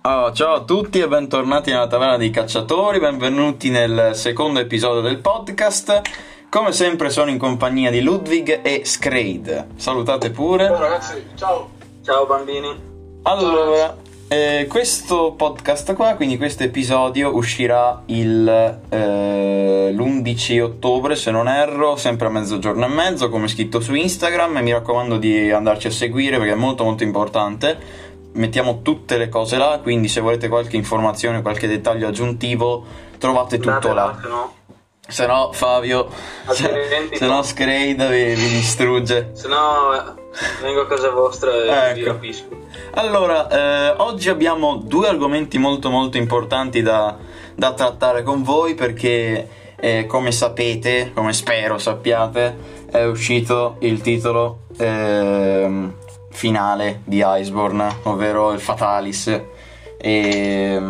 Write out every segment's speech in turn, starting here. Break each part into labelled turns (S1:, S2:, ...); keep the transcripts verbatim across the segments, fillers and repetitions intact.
S1: Oh, ciao a tutti e bentornati nella Taverna dei Cacciatori, benvenuti nel secondo episodio del podcast. Come sempre sono in compagnia di Ludwig e Scrade. Salutate pure.
S2: Ciao ragazzi, ciao.
S3: Ciao bambini.
S1: Allora, eh, questo podcast qua, quindi questo episodio uscirà il eh, l'undici ottobre, se non erro, sempre a mezzogiorno e mezzo, come scritto su Instagram, e mi raccomando di andarci a seguire perché è molto molto importante. Mettiamo tutte le cose là, quindi se volete qualche informazione, qualche dettaglio aggiuntivo, trovate tutto
S3: Date
S1: là.
S3: là, se no,
S1: Se no Fabio, se,
S3: altrimenti
S1: se no Scrade vi, vi distrugge.
S3: se no eh, vengo a casa vostra e
S1: Ecco.
S3: vi rapisco.
S1: Allora, eh, oggi abbiamo due argomenti molto molto importanti da, da trattare con voi perché, eh, come sapete, come spero sappiate, è uscito il titolo ehm, finale di Iceborne, ovvero il Fatalis. E,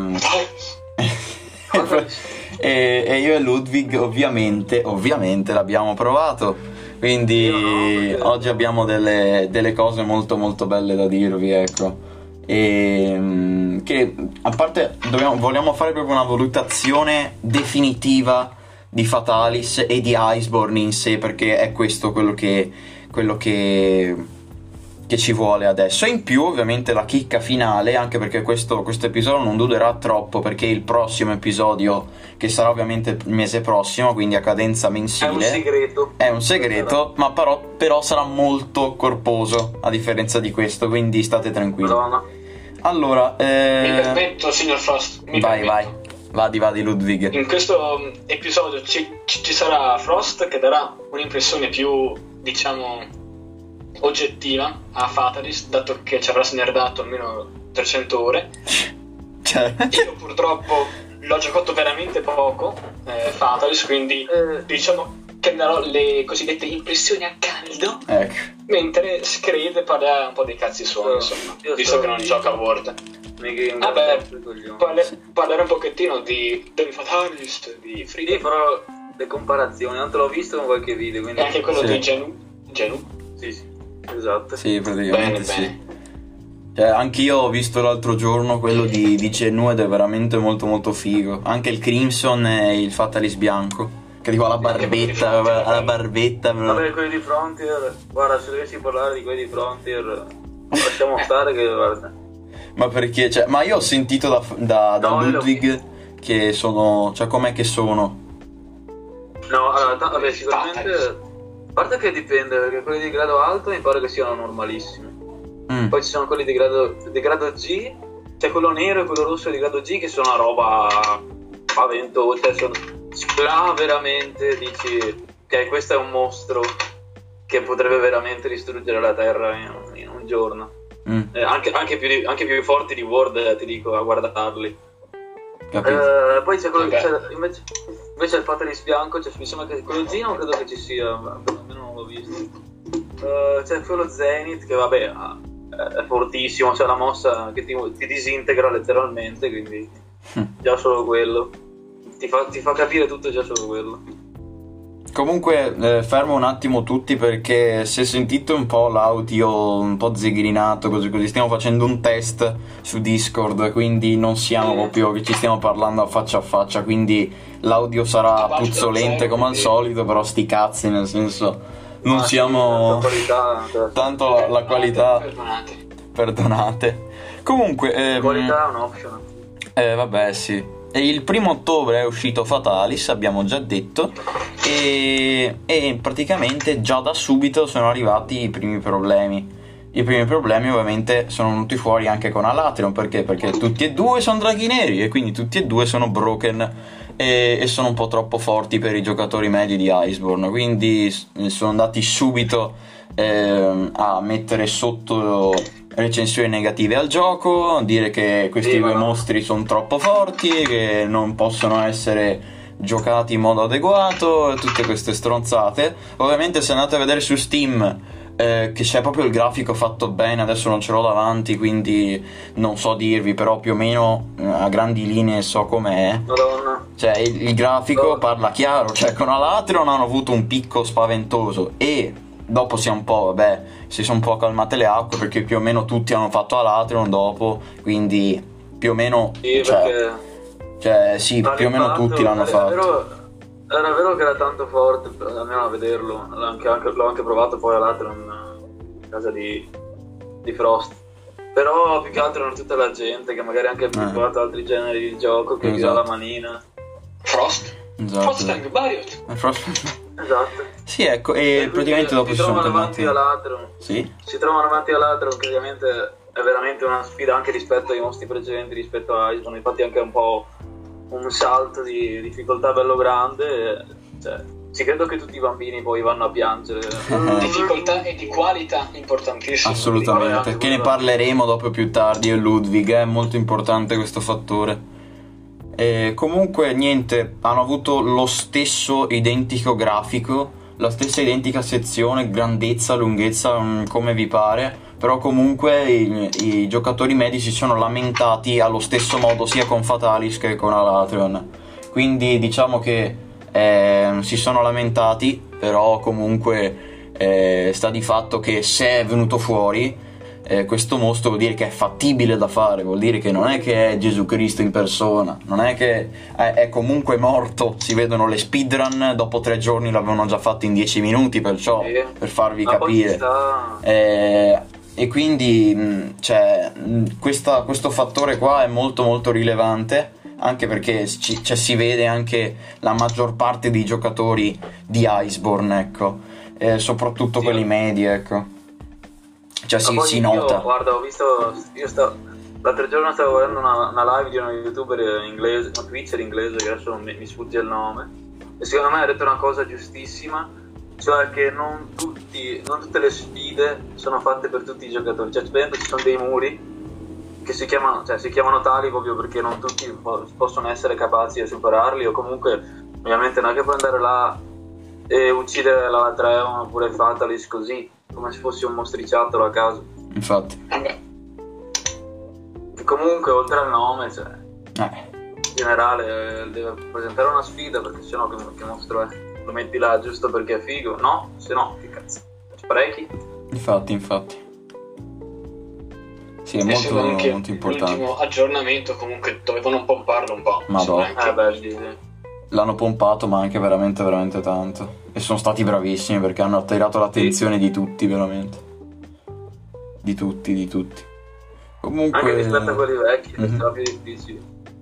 S1: e, e io e Ludwig ovviamente, ovviamente l'abbiamo provato. Quindi
S3: Io no, perché-
S1: oggi abbiamo delle, delle cose molto molto belle da dirvi, ecco. E mm, che a parte dobbiamo, vogliamo fare proprio una valutazione definitiva di Fatalis e di Iceborne in sé, perché è questo quello che quello che che ci vuole adesso. E in più ovviamente la chicca finale, anche perché questo, questo episodio non durerà troppo, perché il prossimo episodio, che sarà ovviamente il mese prossimo, quindi a cadenza
S3: È
S1: mensile,
S3: un segreto.
S1: è un segreto, ma però, però sarà molto corposo a differenza di questo, quindi state tranquilli.
S3: Madonna.
S1: Allora,
S2: Mi
S1: eh,
S2: permetto, signor Frost. Mi
S1: vai vai,
S2: permetto.
S1: vadi vadi Ludwig.
S2: In questo mm, episodio ci, ci- ci sarà Frost che darà un'impressione più, diciamo, oggettiva a Fatalis, dato che ci avrà snerdato almeno trecento ore.
S1: Cioè,
S2: Io purtroppo l'ho giocato veramente poco, eh, Fatalis, quindi
S3: Eh,
S2: diciamo che darò le cosiddette impressioni a caldo,
S1: ecco.
S2: mentre Scrade parlerà un po' dei cazzi suoni,
S3: Io-
S2: insomma,
S3: io
S2: visto
S3: sono-
S2: che non gioca a Word.
S3: mica un
S2: Vabbè,
S3: cazzo di coglioni.
S2: parle- parlare un pochettino di del Fatalist, di
S3: Sì,
S2: Freedom,
S3: farò le comparazioni, non te l'ho visto con qualche video, quindi
S2: e anche quello
S1: Sì.
S2: di Genu. Genu?
S3: sì, sì, esatto.
S1: Sì, praticamente
S2: Bene,
S1: sì.
S2: bene.
S1: Cioè, anch'io ho visto l'altro giorno quello di, di Genu ed è veramente molto molto figo. Anche il Crimson e il Fatalis bianco. Che dico alla barbetta, alla barbetta.
S3: Vabbè, quelli di Frontier, guarda, se dovessi parlare di quelli di Frontier, lasciamo stare che guarda.
S1: Ma perché, cioè, ma io ho sentito da, da, da
S3: No, io l'ho
S1: Ludwig che sono, cioè com'è che sono?
S3: No, allora, ta- vabbè, sicuramente, a parte che dipende, perché quelli di grado alto mi pare che siano normalissimi.
S1: Mm.
S3: Poi ci sono quelli di grado, di grado G, c'è quello nero e quello rosso di grado G che sono una roba spaventosa, cioè sono, là veramente dici che questo è un mostro che potrebbe veramente distruggere la Terra in, in un giorno.
S1: Mm,
S3: Eh, anche, anche, più, di- anche più forti di Word, eh, ti dico, a guardarli.
S1: capito?
S3: Eh, poi c'è quello
S2: Ok.
S3: c'è- invece, invece il Fatalis bianco, cioè, mi sembra che quello G non credo che ci sia, ma almeno non l'ho visto. Eh, c'è quello Zenith che vabbè ha- è fortissimo, c'è la mossa che ti, ti disintegra letteralmente, quindi già solo quello ti fa, ti fa capire tutto, già solo quello.
S1: Comunque eh, fermo un attimo tutti perché se sentite un po' l'audio un po' zigrinato così così, stiamo facendo un test su Discord, quindi non siamo proprio che ci stiamo parlando a faccia a faccia, quindi l'audio sarà
S2: Avanti,
S1: puzzolente
S2: zero,
S1: come al
S2: quindi-
S1: solito, però sti cazzi, nel senso non
S3: Ah, sì,
S1: siamo
S3: tanta qualità, cioè,
S1: tanto la, la qualità,
S2: Perdonate.
S1: perdonate. Comunque ehm,
S3: qualità è un option.
S1: eh, vabbè, sì. E il primo ottobre è uscito Fatalis, abbiamo già detto, e, e praticamente già da subito sono arrivati i primi problemi. I primi problemi ovviamente sono venuti fuori anche con Alatreon, perché? Perché tutti e due sono draghi neri e quindi tutti e due sono broken e, e sono un po' troppo forti per i giocatori medi di Iceborne, quindi s- sono andati subito ehm, a mettere sotto recensioni negative al gioco, dire che questi
S3: Sì,
S1: due
S3: ma no.
S1: mostri sono troppo forti, che non possono essere giocati in modo adeguato, tutte queste stronzate. Ovviamente se andate a vedere su Steam eh, che c'è proprio il grafico fatto bene, adesso non ce l'ho davanti quindi non so dirvi, però più o meno eh, a grandi linee so com'è.
S3: Madonna.
S1: Cioè il, il grafico
S3: No.
S1: parla chiaro, cioè con Alatreon hanno avuto un picco spaventoso e dopo si è un po', vabbè, si sono un po' calmate le acque perché più o meno tutti hanno fatto Alatreon dopo, quindi più o meno,
S3: Sì,
S1: cioè,
S3: perché
S1: cioè sì,
S3: ha
S1: più o meno
S3: l'impatto,
S1: tutti l'hanno
S3: era
S1: fatto.
S3: vero, era vero che era tanto forte, almeno a vederlo, l'ho anche, anche- l'ho anche provato poi all'altro in casa di, di Frost. Però più che altro erano tutta la gente che magari anche abituata a altri generi di gioco, che
S1: Esatto.
S3: gira la manina.
S2: Frost?
S1: Esatto.
S2: Frostang, Barriot.
S1: Eh, Frost-
S3: Esatto.
S1: Sì, ecco, e
S3: quindi
S1: praticamente dopo
S3: si
S1: si sono
S3: trovano
S1: tornati.
S3: davanti all'altro.
S1: Sì?
S3: Si trovano davanti all'altro, che ovviamente è veramente una sfida anche rispetto ai mostri precedenti, rispetto a Iceborne. Infatti anche un po' un salto di difficoltà bello grande. Cioè, ci credo che tutti i bambini poi vanno a piangere.
S2: Difficoltà e di qualità importantissime.
S1: Assolutamente,
S3: Vabbè,
S1: perché ne parleremo dopo più tardi, e Ludwig, è molto importante questo fattore. E comunque niente, hanno avuto lo stesso identico grafico, la stessa identica sezione, grandezza, lunghezza, mh, come vi pare, però comunque i, i giocatori medi si sono lamentati allo stesso modo sia con Fatalis che con Alatreon, quindi diciamo che eh, si sono lamentati, però comunque eh, sta di fatto che se è venuto fuori eh, questo mostro vuol dire che è fattibile da fare, vuol dire che non è che è Gesù Cristo in persona, non è che è, è comunque morto. Si vedono le speedrun, dopo tre giorni l'avevano già fatto in dieci minuti, perciò
S3: Sì.
S1: per farvi
S3: Ma poi ci
S1: capire
S3: sta-
S1: eh, e quindi mh, cioè, mh, questa- questo fattore qua è molto molto rilevante, anche perché ci- cioè, si vede anche la maggior parte dei giocatori di Iceborne, ecco, eh, soprattutto
S3: Sì.
S1: quelli medi, ecco. Cioè
S3: Ma
S1: si,
S3: poi
S1: si
S3: io,
S1: nota.
S3: Guarda, ho visto. Io sto. L'altro giorno stavo guardando una, una live di uno youtuber inglese, un Twitcher inglese, che adesso mi, mi sfugge il nome. E secondo me ha detto una cosa giustissima, cioè che non tutti, non tutte le sfide sono fatte per tutti i giocatori. Cioè, per esempio, ci sono dei muri che si chiamano, cioè, si chiamano tali proprio perché non tutti po- possono essere capaci di superarli, o comunque, ovviamente, non è che puoi andare là e uccidere la Latreon oppure Fatalis così, come se fosse un mostriciattolo a caso.
S1: Infatti.
S2: Vabbè.
S3: Che comunque, oltre al nome, cioè,
S1: Eh,
S3: in generale, eh, deve presentare una sfida, perché sennò che, che mostro è? Lo metti là giusto perché è figo? No, se no, che cazzo? Sprechi?
S1: infatti, infatti. Sì, è
S2: E
S1: molto,
S2: secondo me
S1: molto importante.
S2: l'ultimo aggiornamento comunque dovevano pomparlo un po'.
S1: Madonna.
S2: Anche-
S3: Eh beh, sì, sì.
S1: L'hanno pompato, ma anche veramente, veramente tanto. E sono stati bravissimi perché hanno attirato l'attenzione di tutti, veramente. Di tutti, di tutti. Comunque.
S3: Anche rispetto a quelli vecchi,
S1: Mhm.
S3: sarà più difficile.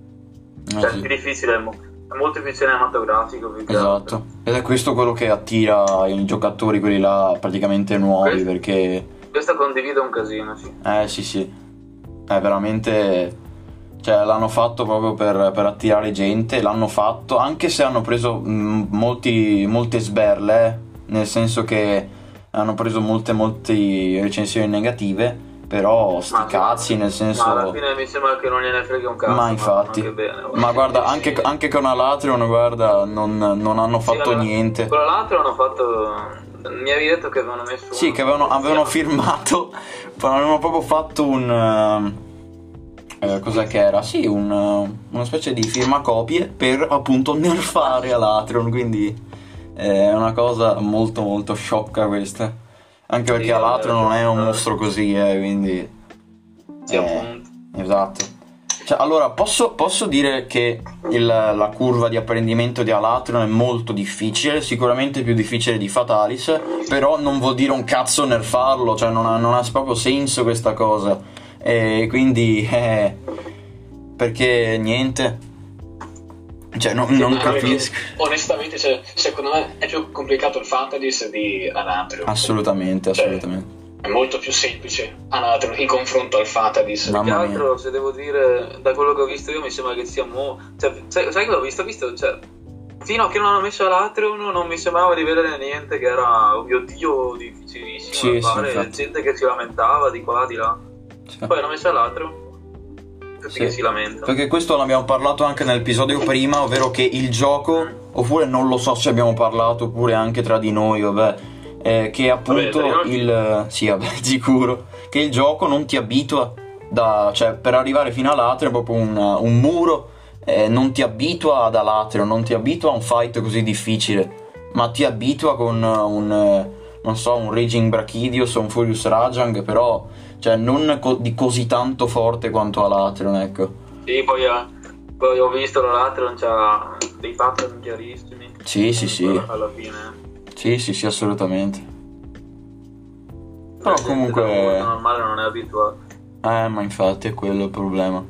S1: Eh,
S3: Cioè,
S1: sì.
S3: più difficile, è, mo- è molto più cinematografico. Più che
S1: Esatto.
S3: altro.
S1: Ed è questo quello che attira i giocatori, quelli là praticamente nuovi,
S3: Questo-
S1: perché.
S3: Questo condivido un casino, sì.
S1: Eh sì sì. È veramente. Cioè, l'hanno fatto proprio per, per attirare gente, l'hanno fatto, anche se hanno preso mh, molti, molte sberle, eh, nel senso che hanno preso molte, molte recensioni negative, però sti
S3: Ma-
S1: cazzi, nel senso.
S3: Ma alla fine mi sembra che non gliene frega un cazzo.
S1: Ma infatti,
S3: anche bene,
S1: ma guarda,
S2: Sì,
S1: anche,
S2: sì.
S1: anche con Alatreon, guarda, non, non hanno fatto
S3: Sì, allora,
S1: niente.
S3: Quello l'altro hanno fatto. Mi avevi detto che avevano messo.
S1: Sì,
S3: uno-
S1: che avevano, avevano
S3: Sì,
S1: firmato, avevano proprio fatto un. eh, cos'è che era? Sì, un, eh, una specie di firmacopie per appunto nerfare Alatreon, quindi eh, è una cosa molto molto sciocca questa. Anche perché
S3: Sì,
S1: Alatreon non è un
S3: eh,
S1: mostro così, eh, quindi.
S3: Sì,
S1: eh,
S3: appunto.
S1: Esatto. Cioè, allora, posso, posso dire che il- la curva di apprendimento di Alatreon è molto difficile, sicuramente più difficile di Fatalis, però non vuol dire un cazzo nerfarlo, cioè non ha, non ha proprio senso questa cosa. E quindi, eh, perché niente, cioè non, non
S2: Anche perché,
S1: capisco.
S2: onestamente, cioè, secondo me è più complicato il Fatalis di Alatreon.
S1: Assolutamente,
S2: Cioè,
S1: assolutamente.
S2: È molto più semplice Alatreon in confronto al Fatalis.
S3: Più che
S1: Mamma mia.
S3: altro, se devo dire, da quello che ho visto io, mi sembra che sia mo. Cioè, sai, sai cosa ho visto? Ho visto, cioè, fino a che non hanno messo l'Atreon, non mi sembrava di vedere niente che era, oh mio Dio, difficilissimo
S1: Sì,
S3: da
S1: sì,
S3: fare.
S1: infatti.
S3: Gente che si lamentava di qua, di là.
S1: Sì.
S3: Poi hanno messo l'Atreon, tutti
S1: Sì.
S3: che si lamentano.
S1: Perché questo l'abbiamo parlato anche nell'episodio prima, ovvero che il gioco, oppure non lo so se abbiamo parlato, oppure anche tra di noi, vabbè, eh, che appunto
S3: Vabbè, tra di noi
S1: il... sì, vabbè, sicuro, che il gioco non ti abitua, da, cioè per arrivare fino all'Atreon è proprio un, un muro, eh, non ti abitua ad Alatreon, non ti abitua a un fight così difficile, ma ti abitua con un, eh, non so, un Raging Brachidios o un Furious Rajang, però... cioè non co- di così tanto forte quanto Alatreon, ecco.
S3: Sì, poi, eh, poi ho visto l'altro, non c'ha dei pattern chiarissimi.
S1: Sì, sì, sì.
S3: Alla, alla fine.
S1: Sì, sì, sì, assolutamente. Però
S3: La gente
S1: comunque...
S3: da mondo normale non è abituato.
S1: Eh, ma infatti è quello il problema.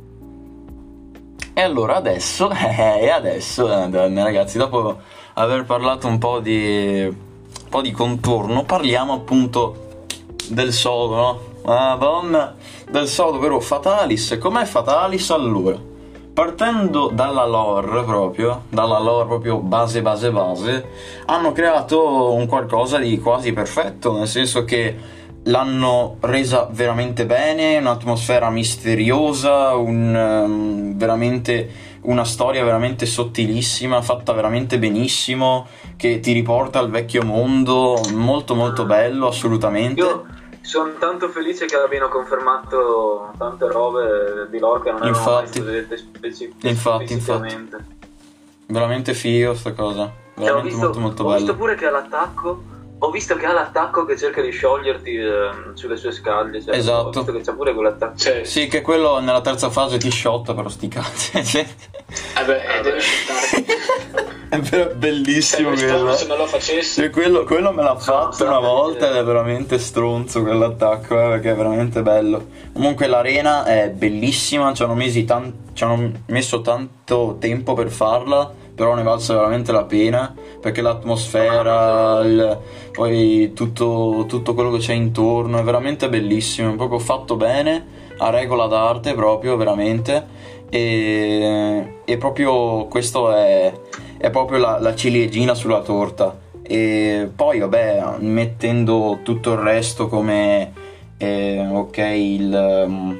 S1: E allora adesso, eh, e adesso, eh, ragazzi, dopo aver parlato un po' di, un po' di contorno, parliamo appunto del sodo, no? Madonna, del sodo, ovvero Fatalis. Com'è Fatalis? Allora, partendo dalla lore proprio, dalla lore proprio base base base, hanno creato un qualcosa di quasi perfetto, nel senso che l'hanno resa veramente bene, un'atmosfera misteriosa, un, um, veramente una storia veramente sottilissima, fatta veramente benissimo, che ti riporta al vecchio mondo, molto molto bello, assolutamente.
S3: Io sono tanto felice che abbiano confermato tante robe di lore che non erano mai
S1: Infatti.
S3: state dette speci-
S1: Infatti,
S3: specificamente.
S1: Veramente figo sta cosa,
S3: Cioè, ho
S1: veramente
S3: visto,
S1: molto molto
S3: ho visto
S1: bello.
S3: pure che all'attacco ho visto che ha l'attacco che cerca di scioglierti eh, sulle sue scaglie, cioè,
S1: Esatto.
S3: ho visto che c'ha pure quell'attacco.
S2: Cioè,
S1: Sì, che quello nella terza fase ti sciotta però sti cazzi. Cioè,
S2: vabbè, eh, deve sciuttare.
S1: è ver- bellissimo
S2: Se
S1: quello.
S2: se non lo facessi,
S1: Cioè, quello, quello me l'ha fatto
S3: sta
S1: una
S3: bene.
S1: volta ed è veramente stronzo quell'attacco, eh, perché è veramente bello. Comunque l'arena è bellissima, ci hanno, mesi tan- ci hanno messo tanto tempo per farla, però ne valsa veramente la pena, perché l'atmosfera, il- poi tutto, tutto quello che c'è intorno è veramente bellissimo, è proprio fatto bene, a regola d'arte proprio, veramente. E, e proprio questo è, è proprio la, la ciliegina sulla torta. E poi vabbè, mettendo tutto il resto come eh, ok, il um,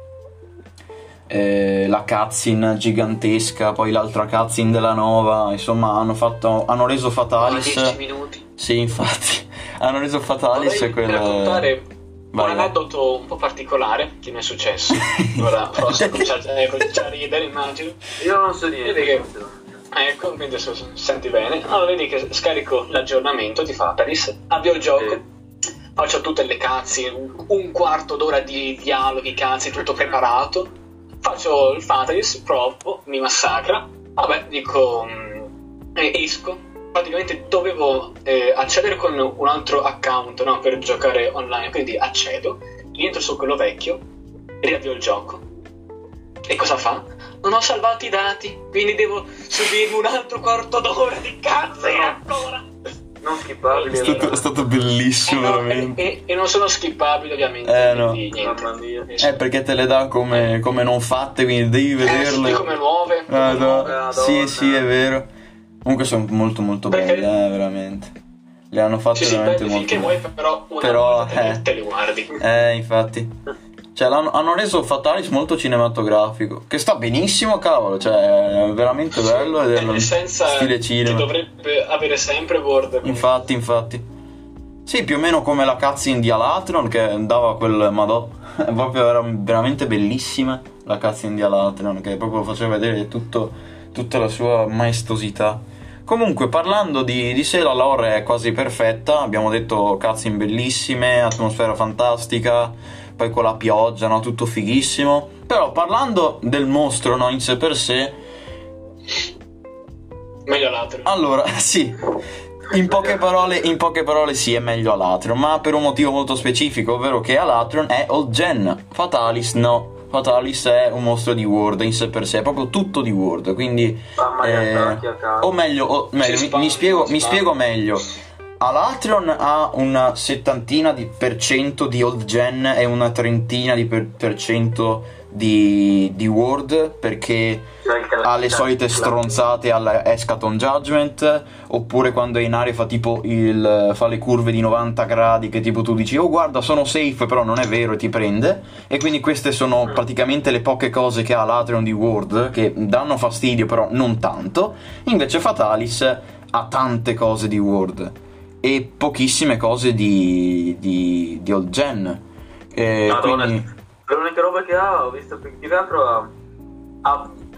S1: eh, la cutscene gigantesca, poi l'altra cutscene della nova, insomma hanno fatto hanno reso Fatalis.
S2: dieci minuti.
S1: Sì, infatti hanno reso Fatalis
S2: Vorrei
S1: e quel
S2: raccontare
S1: Vai,
S2: un
S1: vai.
S2: aneddoto un po' particolare che mi è successo. Ora forse comincia a comincia a ridere, immagino.
S3: Io non so niente.
S2: Vedi che- Ecco, quindi adesso senti bene. Allora vedi che scarico l'aggiornamento di Fatalis, avvio il gioco,
S3: Sì.
S2: faccio tutte le cazzi, un, un quarto d'ora di dialoghi, cazzi, tutto preparato. Faccio il Fatalis, provo, mi massacra. Vabbè, dico, mm, eh, esco. Praticamente dovevo eh, accedere con un altro account, no, per giocare online, quindi accedo, rientro su quello vecchio, riavvio il gioco. E cosa fa? Non ho salvato i dati, quindi devo subirmi un altro quarto d'ora di cazzo e ancora.
S3: Non skippabili.
S1: È stato, è stato bellissimo,
S2: Eh no,
S1: veramente.
S2: e, e- e non sono skippabili ovviamente,
S1: Eh, no.
S2: quindi niente.
S3: Mamma mia.
S1: Eh, perché te le dà come, come non fatte, quindi devi
S2: Eh,
S1: vederle.
S2: sì, come nuove. come
S1: Ah, no.
S2: nuove.
S3: Madonna.
S1: Sì, sì, è vero. Comunque sono molto molto
S2: Perché-
S1: belle, eh, veramente. Le hanno fatte
S2: Sì, sì,
S1: veramente
S2: belli
S1: molto
S2: finché
S1: belle.
S2: vuoi, però una
S1: Però,
S2: volta te,
S1: eh.
S2: te li guardi.
S1: Eh, infatti. Cioè, l'hanno, hanno reso Fatalis molto cinematografico. Che sta benissimo, cavolo. Cioè, è veramente bello ed è
S2: E
S1: uno
S2: senza
S1: stile
S2: che
S1: cinema.
S2: dovrebbe avere sempre Word.
S1: Infatti, infatti. Sì, più o meno come la cutscene di Alatron che dava quel madò. È proprio era veramente bellissima la cutscene di Alatron, che proprio faceva vedere tutto, tutta la sua maestosità. Comunque, parlando di, di sé, la lore è quasi perfetta. Abbiamo detto cutscene bellissime, atmosfera fantastica, poi con la pioggia, no? Tutto fighissimo. Però parlando del mostro, no, in sé per sé,
S2: Meglio l'altro.
S1: allora, sì, in poche parole, in poche parole sì, è meglio Alatron, ma per un motivo molto specifico, ovvero che Alatron è old gen, Fatalis no. Fatalis è un mostro di World in sé per sé, è proprio tutto di World, quindi
S3: Mamma gli
S1: eh,
S3: attacchi a caso.
S1: o meglio, o meglio
S2: Si
S1: mi,
S2: spara,
S1: mi spiego,
S2: si
S1: mi
S2: spara.
S1: spiego meglio. Alatron ha una settantina di per cento di old gen e una trentina di per, per cento di, di World, perché
S3: Cioè, il cal-
S1: ha le
S3: cioè,
S1: solite
S3: il-
S1: stronzate alla Eschaton Judgment, oppure quando è in aria fa tipo il, fa le curve di novanta gradi che tipo tu dici oh guarda sono safe, però non è vero e ti prende. E quindi queste sono praticamente le poche cose che ha l'Atreon di World, che danno fastidio però non tanto. Invece Fatalis ha tante cose di World e pochissime cose di, di, di old gen. E
S3: Madonna,
S1: quindi
S3: le uniche robe che ha, ho visto che più che altro ha, ha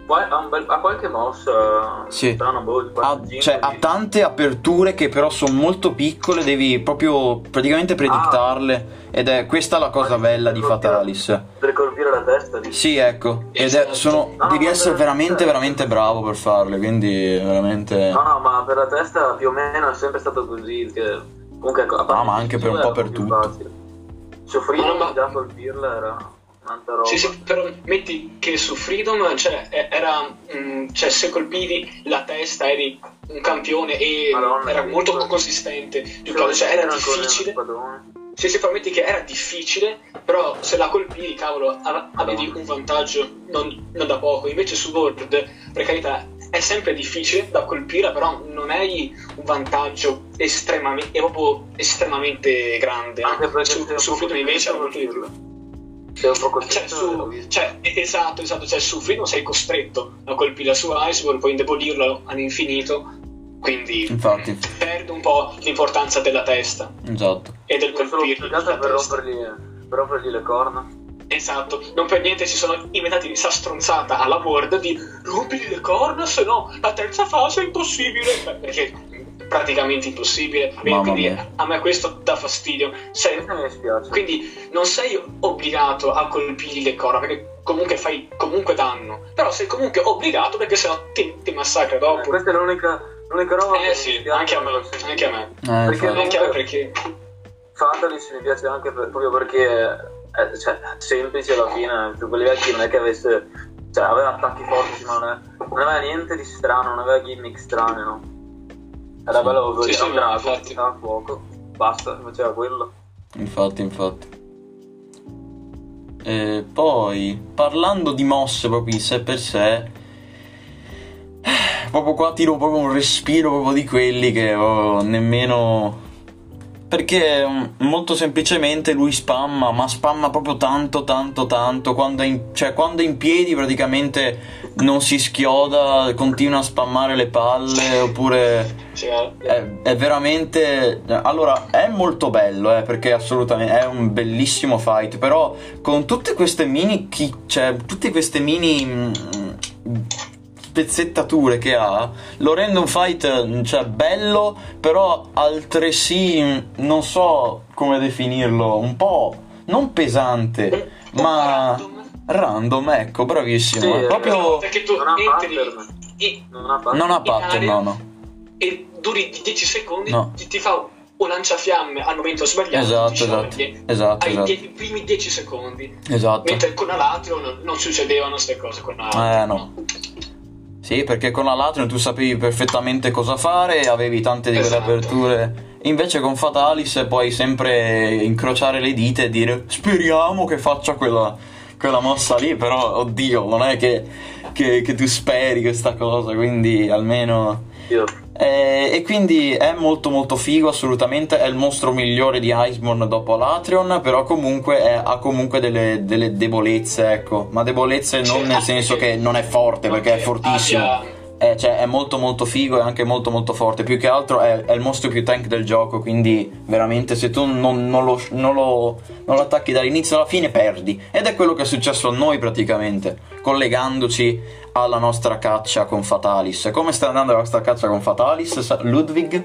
S3: ha, un bel, ha qualche mossa,
S1: Sì.
S3: però non boh,
S1: Ha, cioè, ha tante aperture che però sono molto piccole, devi proprio praticamente predictarle. Ed è questa la cosa bella di Fatalis.
S3: Per colpire la testa di...
S1: Sì, ecco. Ed è, sono,
S3: No,
S1: devi
S3: ma
S1: essere
S3: per-
S1: veramente, veramente bravo per farle. Quindi, veramente.
S3: No, no, ma per la testa più o meno è sempre stato così. Che comunque, a parte
S1: No, ma anche per un
S3: era
S1: po' per
S3: più
S1: tutto.
S3: facile. Su Freedom
S2: No, ma-
S3: già colpirla era tanta roba.
S2: Sì, sì, però metti che su Freedom, cioè, eh, era, mm, cioè, se colpivi la testa eri un campione e
S3: Madonna,
S2: era
S3: sì.
S2: molto consistente. Più che
S3: Cioè,
S2: altro, cioè, era
S3: ancora
S2: difficile.
S3: uno spadone.
S2: Sì, sì, però metti che era difficile, però se la colpivi, cavolo, ave- avevi un vantaggio non, non da poco. Invece su World, per carità, è sempre difficile da colpire, però non hai un vantaggio estremamente, è proprio estremamente grande.
S3: Anche
S2: No?
S3: perché
S2: Su,
S3: sei un
S2: su
S3: po'
S2: Freedom invece era molto di più.
S3: Sei un po'
S2: Cioè,
S3: costretto,
S2: su,
S3: l'ho visto.
S2: cioè, esatto, esatto, cioè su Freedom sei costretto a colpire su Iceborne, puoi indebolirlo all'infinito, quindi
S1: Infatti.
S2: perde un po' l'importanza della testa
S1: Esatto.
S2: e del
S3: Solo
S2: colpirlo
S3: più che altro
S2: la
S3: per
S2: testa.
S3: rompergli, per rompergli le corna.
S2: Esatto, non per niente si sono inventati sta stronzata alla Word di rompili le corna, se no la terza fase è impossibile, Beh, perché è praticamente impossibile.
S1: Mamma
S2: Quindi
S1: mia.
S2: a me questo dà fastidio. Sei-
S3: Questo mi dispiace.
S2: quindi non sei obbligato a colpirgli le corna, perché comunque fai comunque danno, però sei comunque obbligato perché sennò ti, ti massacra
S3: Eh,
S2: dopo.
S3: questa è l'unica, l'unica roba che
S2: Eh
S3: mi
S2: sì,
S3: dispiace
S2: anche a me,
S3: nello stesso.
S2: anche a me.
S1: Eh,
S3: Perché
S1: infatti.
S2: Anche a me perché
S3: Fatalis mi piace anche per- proprio perché è cioè, semplice alla fine, su quelli vecchi non è che avesse, cioè aveva attacchi forti ma non, è, non aveva niente di strano, non aveva gimmick strane, no? Era
S1: Sì.
S3: bello,
S2: Sì,
S3: era
S2: sì,
S3: un
S2: no,
S3: drago,
S2: infatti.
S3: a fuoco, basta, faceva quello.
S1: Infatti, infatti. E poi, parlando di mosse proprio in sé per sé, proprio qua tiro proprio un respiro proprio di quelli che ho nemmeno... Perché mm, molto semplicemente lui spamma, ma spamma proprio tanto, tanto, tanto. Quando è in, cioè, quando è in piedi praticamente non si schioda, continua a spammare le palle, oppure...
S2: sì, eh.
S1: È, è veramente... Allora, è molto bello, eh, perché assolutamente è un bellissimo fight, però con tutte queste mini... chi- cioè, tutte queste mini... mm, spezzettature che ha, lo rende un fight, cioè, bello, però altresì, mm, non so come definirlo, un po' non pesante,
S2: Un po'
S1: ma...
S2: random.
S1: random, ecco, bravissimo.
S3: Sì,
S1: è proprio...
S2: perché tu
S3: Non ha
S2: entri
S3: pattern.
S2: e,
S3: Non ha fatto.
S1: Non ha
S2: in
S1: pattern,
S2: area
S1: no, no.
S2: e duri dieci secondi,
S1: No.
S2: ti, ti fa un lanciafiamme al momento sbagliato,
S1: Esatto,
S2: ti
S1: esatto,
S2: scioglie.
S1: esatto,
S2: Hai
S1: esatto.
S2: die- i primi dieci secondi,
S1: Esatto.
S2: mentre con Alatrio non, non succedevano queste cose con Alatrio.
S1: Eh, no. Sì, perché con la Latrion tu sapevi perfettamente cosa fare, avevi tante di quelle
S2: Esatto.
S1: aperture. Invece con Fatalis puoi sempre incrociare le dita e dire speriamo che faccia quella, quella mossa lì, però oddio, non è che, che, che tu speri questa cosa, quindi almeno...
S3: Io.
S1: Eh, e quindi è molto molto figo, assolutamente, è il mostro migliore di Iceborne dopo Alatreon, però comunque è- ha comunque delle, delle debolezze, ecco, ma debolezze non
S2: Sì,
S1: nel senso che non è forte, perché è
S2: Che
S1: fortissimo.
S2: abbia-
S1: Eh, cioè, è molto molto figo e anche molto molto forte. Più che altro è, è il mostro più tank del gioco. Quindi veramente se tu non, non lo, non, lo, non lo attacchi dall'inizio alla fine perdi. Ed è quello che è successo a noi praticamente, collegandoci alla nostra caccia con Fatalis. Come sta andando la nostra caccia con Fatalis, Sa- Ludwig?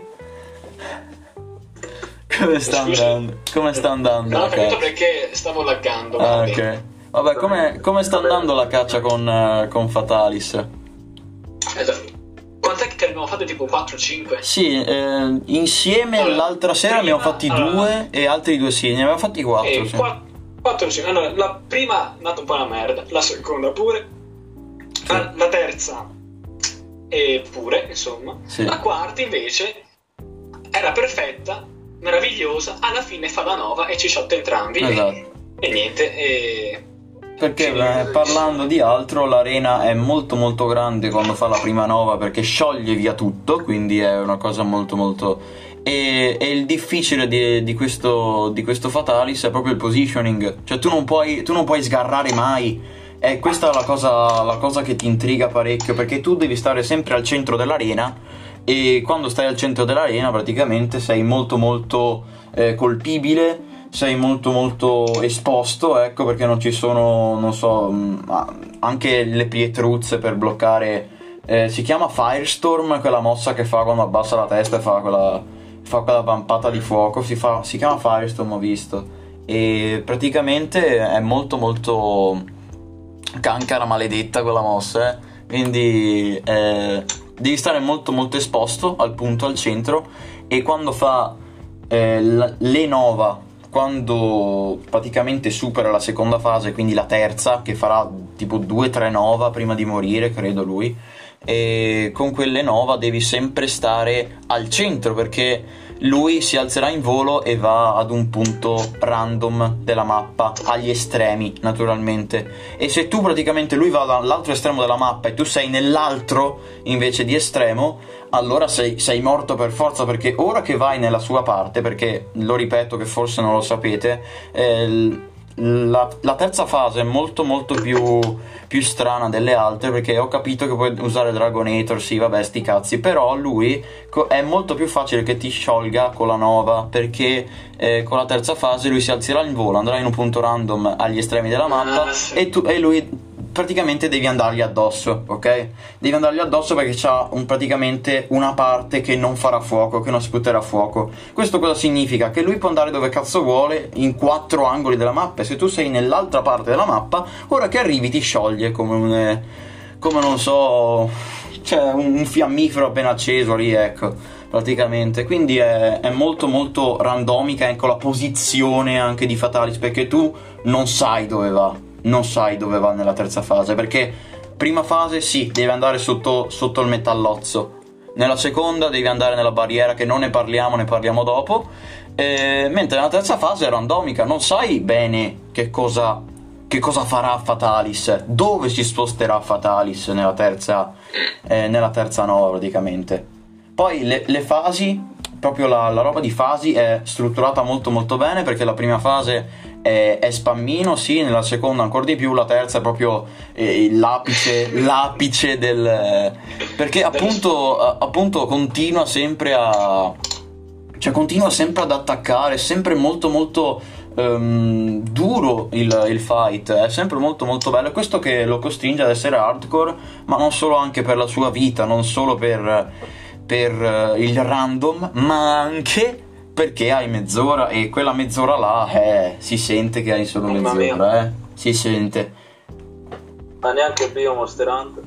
S1: Come sta
S2: Scusa?
S1: andando? Come sta andando?
S2: Non ho
S1: la
S2: capito
S1: caccia?
S2: perché stavo laggando.
S1: Ah,
S2: vabbè.
S1: ok. Vabbè, come, come sta andando la caccia con, eh, con Fatalis?
S2: Esatto. Quant'è che abbiamo fatto? Tipo quattro cinque?
S1: Sì, eh, insieme
S2: Allora,
S1: l'altra sera ne
S2: prima-
S1: abbiamo fatti
S2: allora-
S1: due e altri due sì, ne abbiamo fatti quattro.
S2: E
S1: Sì.
S2: qua- quattro cinque. Allora, la prima è andata un po' una merda, la seconda pure, la, la terza e pure, insomma.
S1: Sì.
S2: La quarta invece era perfetta, meravigliosa, alla fine fa la nova e ci shot entrambi.
S1: Esatto.
S2: E, e niente, e...
S1: Perché
S2: Sì,
S1: eh, parlando di altro, l'arena è molto molto grande quando fa la prima nova perché scioglie via tutto, quindi è una cosa molto molto... E, e il difficile di, di questo, di questo Fatalis è proprio il positioning, cioè tu non puoi, tu non puoi sgarrare mai. E questa è la cosa, la cosa che ti intriga parecchio, perché tu devi stare sempre al centro dell'arena e quando stai al centro dell'arena praticamente sei molto molto eh, colpibile. sei molto molto esposto, ecco, perché non ci sono, non so, mh, anche le pietruzze per bloccare. Eh, si chiama Firestorm, quella mossa che fa quando abbassa la testa e fa quella, fa quella vampata di fuoco, si, fa, si chiama Firestorm, ho visto, e praticamente è molto molto cancara maledetta quella mossa, eh? Quindi eh, devi stare molto molto esposto al punto, al centro, e quando fa eh, l- le nova, quando praticamente supera la seconda fase, quindi la terza, che farà tipo due tre nova prima di morire, credo lui, e con quelle nova devi sempre stare al centro, perché lui si alzerà in volo e va ad un punto random della mappa, agli estremi naturalmente, e se tu praticamente lui va dall'altro estremo della mappa e tu sei nell'altro invece di estremo, allora sei, sei morto per forza, perché ora che vai nella sua parte, perché lo ripeto che forse non lo sapete, eh, La, la terza fase è molto molto più, più strana delle altre, perché ho capito che puoi usare Dragonator, sì vabbè sti cazzi, però lui co- è molto più facile che ti sciolga con la nova, perché eh, con la terza fase lui si alzerà in volo, andrà in un punto random agli estremi della mappa,
S2: ah, sì.
S1: e, tu, e lui praticamente devi andargli addosso, ok? Devi andargli addosso perché c'ha un, praticamente una parte che non farà fuoco, che non sputerà fuoco. Questo cosa significa? Che lui può andare dove cazzo vuole, in quattro angoli della mappa, e se tu sei nell'altra parte della mappa, ora che arrivi ti scioglie come un, come non so, cioè un fiammifero appena acceso lì, ecco, praticamente. Quindi è, è molto molto randomica, ecco, la posizione anche di Fatalis, perché tu non sai dove va. Non sai dove va nella terza fase, perché prima fase sì, devi andare sotto, sotto il metallozzo, nella seconda devi andare nella barriera, che non ne parliamo, ne parliamo dopo, eh, mentre nella terza fase è randomica, non sai bene che cosa, che cosa farà Fatalis, dove si sposterà Fatalis nella terza, eh, nella terza nova praticamente. Poi le, le fasi, proprio la, la roba di fasi è strutturata molto molto bene, perché la prima fase è, è spammino, sì, nella seconda ancora di più, la terza è proprio eh, l'apice, l'apice del... perché appunto, appunto continua sempre a... cioè continua sempre ad attaccare, sempre molto molto um, duro il, il fight, è sempre molto molto bello, e questo che lo costringe ad essere hardcore, ma non solo, anche per la sua vita, non solo per, per uh, il random, ma anche perché hai mezz'ora, e quella mezz'ora là eh, si sente che hai solo
S3: Mamma
S1: mezz'ora, eh, si sente.
S3: Ma neanche il primo Monster Hunter.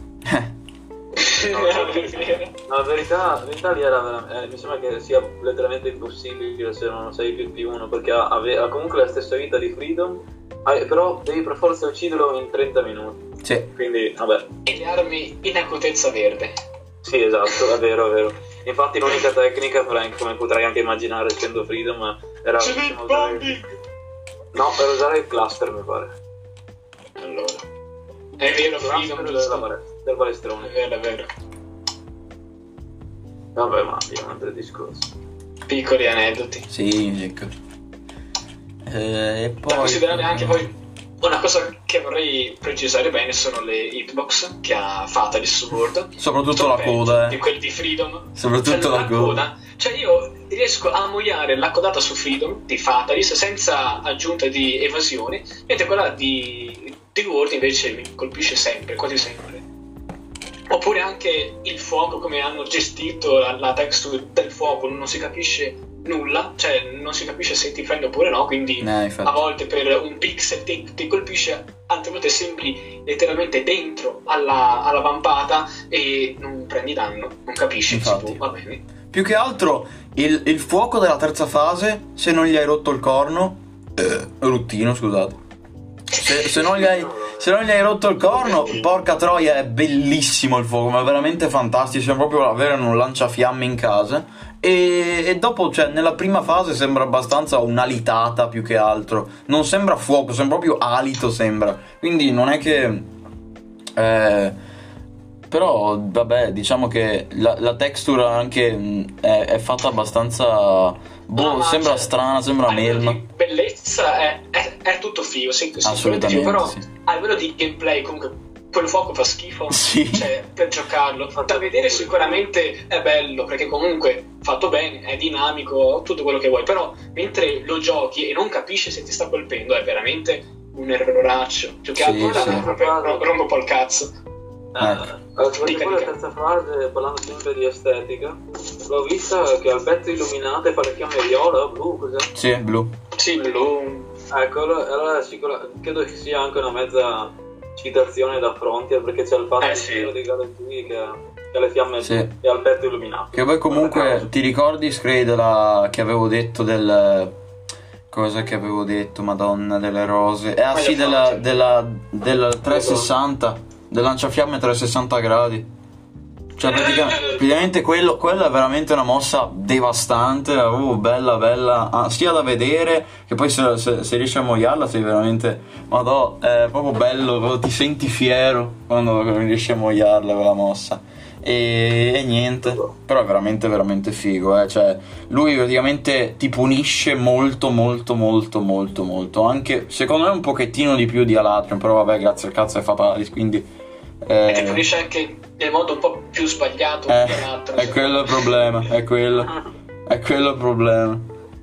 S3: No, la verità, la verità lì era veramente, eh, mi sembra che sia letteralmente impossibile se non sei più di uno, perché ha, ha comunque la stessa vita di Freedom, ha, però devi per forza ucciderlo in trenta minuti.
S1: Sì.
S3: Quindi, vabbè.
S2: E le armi in acutezza verde.
S3: Sì, esatto, è vero, è vero. Infatti l'unica tecnica, come potrai anche immaginare essendo Freedom, era
S2: C'è del
S3: usare...
S2: bombing!
S3: No, per usare il cluster, mi pare.
S2: Allora, è vero, Freedom
S3: del, del balestrone.
S2: È vero, è vero.
S3: Vabbè, ma andiamo a altri discorsi.
S2: Piccoli aneddoti.
S1: Sì, ecco. Eh, e poi...
S2: Da considerare anche poi una cosa che vorrei precisare bene sono le hitbox che ha Fatalis su board.
S1: Soprattutto
S2: Sono
S1: la
S2: peggio
S1: coda, eh.
S2: di quelli di Freedom.
S1: Soprattutto
S2: cioè,
S1: la coda.
S2: Cioè io riesco a ammogliare la codata su Freedom di Fatalis senza aggiunta di evasioni, mentre quella di, di Ward invece mi colpisce sempre, quasi sempre. Oppure anche il fuoco, come hanno gestito la, la texture del fuoco, non si capisce nulla, cioè non si capisce se ti prende oppure no, quindi
S1: Eh,
S2: a volte per un pixel ti, ti colpisce, altre volte sembri letteralmente dentro alla, alla vampata e non prendi danno, non capisci,
S1: Infatti.
S2: tipo, va bene.
S1: Più che altro il, il fuoco della terza fase, se non gli hai rotto il corno, eh, ruttino, scusate. Se, se, non gli hai, se non gli hai rotto il corno, porca troia, è bellissimo il fuoco, ma è veramente fantastico, sembra proprio avere un lanciafiamme in casa. E, e dopo, cioè, nella prima fase sembra abbastanza un'alitata più che altro, non sembra fuoco, sembra proprio alito, sembra. Quindi non è che... Eh, però, vabbè, diciamo che la, la texture anche mh, è, è fatta abbastanza... Boh,
S2: No, ma
S1: sembra
S2: cioè,
S1: strana, sembra
S2: a livello
S1: melma.
S2: di bellezza è, è, è tutto figo, sì, sicuramente figo, però
S1: sì.
S2: a livello di gameplay comunque quel fuoco fa schifo,
S1: Sì.
S2: cioè per giocarlo, da vedere sicuramente è bello, perché comunque fatto bene, è dinamico, tutto quello che vuoi, però mentre lo giochi e non capisci se ti sta colpendo è veramente un erroraccio. Più che
S1: Sì,
S2: altro
S1: sì.
S2: proprio rom- rompo un po' il cazzo.
S1: Ecco.
S3: Allora, ti
S2: Dica,
S3: poi la
S2: dica.
S3: terza frase, parlando sempre di estetica, l'ho vista che al petto illuminate fa le fiamme viola, blu, cos'è?
S1: Sì, blu.
S2: Sì, blu.
S3: Ecco, allora, allora sicura- credo che sia anche una mezza citazione da Frontier, perché c'è il fatto
S2: Eh,
S3: di
S2: sì.
S3: Giro di Galaxy che, che ha le fiamme
S1: Sì.
S3: blu e al petto illuminato.
S1: Che poi comunque
S3: Guarda caso.
S1: ti ricordi, Scray, della che avevo detto del cosa che avevo detto, Madonna delle rose. Eh ah,
S2: Quella
S1: sì, della,
S2: forte.
S1: della, del trecentosessanta, del lanciafiamme trecentosessanta gradi. Cioè praticamente, praticamente quello, quello è veramente una mossa devastante, uh, bella bella, ah, sia da vedere che poi se, se, se riesci a moiarla sei veramente, madò, è proprio bello, proprio ti senti fiero quando riesci a moiarla quella mossa. E, e niente, però è veramente veramente figo, eh. Cioè lui praticamente ti punisce molto molto molto molto molto, anche secondo me un pochettino di più di Alatrion, però vabbè, grazie al cazzo è Fatalis, quindi
S2: E ti
S1: eh,
S2: punisce anche nel modo un po' più sbagliato
S1: eh,
S2: che l'altro.
S1: è quello il problema, è quello, è quello il problema.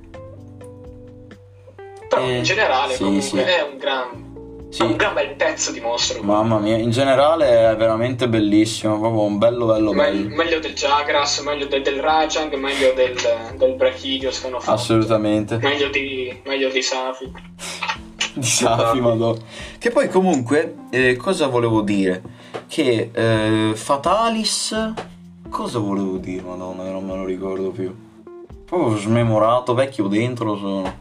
S2: Però
S1: Eh,
S2: in generale
S1: sì,
S2: comunque
S1: sì.
S2: è un gran,
S1: Sì.
S2: un gran bel pezzo di mostro.
S1: Mamma mia, in generale è veramente bellissimo, proprio un bello bello
S2: Me-
S1: bello.
S2: meglio del Jagras, meglio del, del Rajang, meglio del, del Brachidios che hanno fatto.
S1: Assolutamente.
S2: Meglio di, meglio di Safi.
S1: Di Safi, madonna. Che poi comunque, eh, cosa volevo dire? Che eh, Fatalis... Cosa volevo dire, madonna, che non me lo ricordo più. Proprio smemorato, vecchio dentro sono.